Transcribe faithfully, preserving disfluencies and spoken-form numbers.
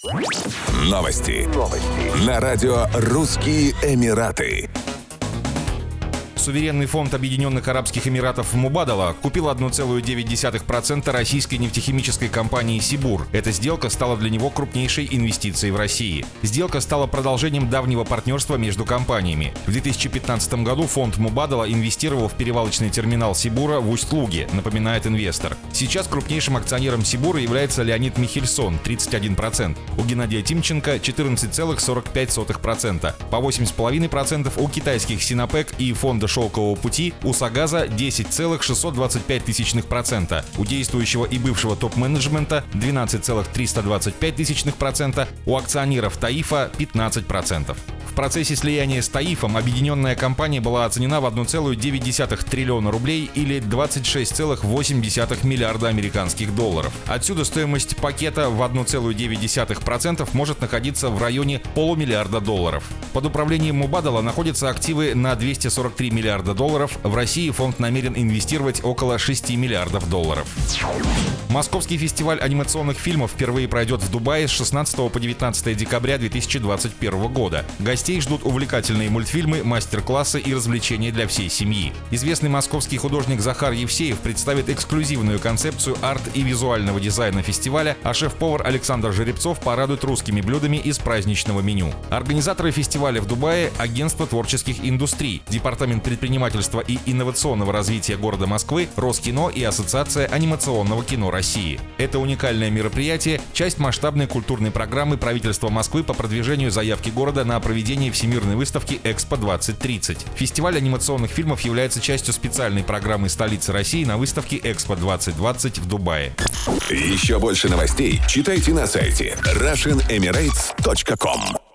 Новости. Новости. На радио «Русские Эмираты». Суверенный фонд Объединенных Арабских Эмиратов Мубадала купил одна целая девять десятых процента российской нефтехимической компании «Сибур». Эта сделка стала для него крупнейшей инвестицией в России. Сделка стала продолжением давнего партнерства между компаниями. В две тысячи пятнадцатом году фонд Мубадала инвестировал в перевалочный терминал «Сибура» в Усть-Луге, напоминает инвестор. Сейчас крупнейшим акционером «Сибура» является Леонид Михельсон – тридцать один процент, у Геннадия Тимченко – четырнадцать целых сорок пять сотых процента, по восемь целых пять десятых процента у китайских «Синопек» и фонда «Шелкового пути», у «Сагаза» десять целых шестьсот двадцать пять тысячных процента, у действующего и бывшего топ-менеджмента двенадцать целых триста двадцать пять тысячных процента, у акционеров «Таифа» пятнадцать процентов. В процессе слияния с «Таифом» объединенная компания была оценена в одна целая девять десятых триллиона рублей или двадцать шесть целых восемь десятых миллиарда американских долларов. Отсюда стоимость пакета в одна целая девять десятых процента может находиться в районе полумиллиарда долларов. Под управлением Мубадала находятся активы на двести сорок три миллиарда долларов. В России фонд намерен инвестировать около шести миллиардов долларов. Московский фестиваль анимационных фильмов впервые пройдет в Дубае с шестнадцатого по девятнадцатое декабря две тысячи двадцать первого года. Гостей ждут увлекательные мультфильмы, мастер-классы и развлечения для всей семьи. Известный московский художник Захар Евсеев представит эксклюзивную концепцию арт- и визуального дизайна фестиваля, а шеф-повар Александр Жеребцов порадует русскими блюдами из праздничного меню. Организаторы фестиваля в Дубае – Агентство творческих индустрий, Департамент предпринимательства и инновационного развития города Москвы, Роскино и Ассоциация анимационного кино России. Это уникальное мероприятие – часть масштабной культурной программы правительства Москвы по продвижению заявки города на проведение Всемирной выставки «Экспо двадцать тридцать». Фестиваль анимационных фильмов является частью специальной программы столицы России на выставке «Экспо двадцать двадцать» в Дубае. Еще больше новостей читайте на сайте Russian Emirates точка ком.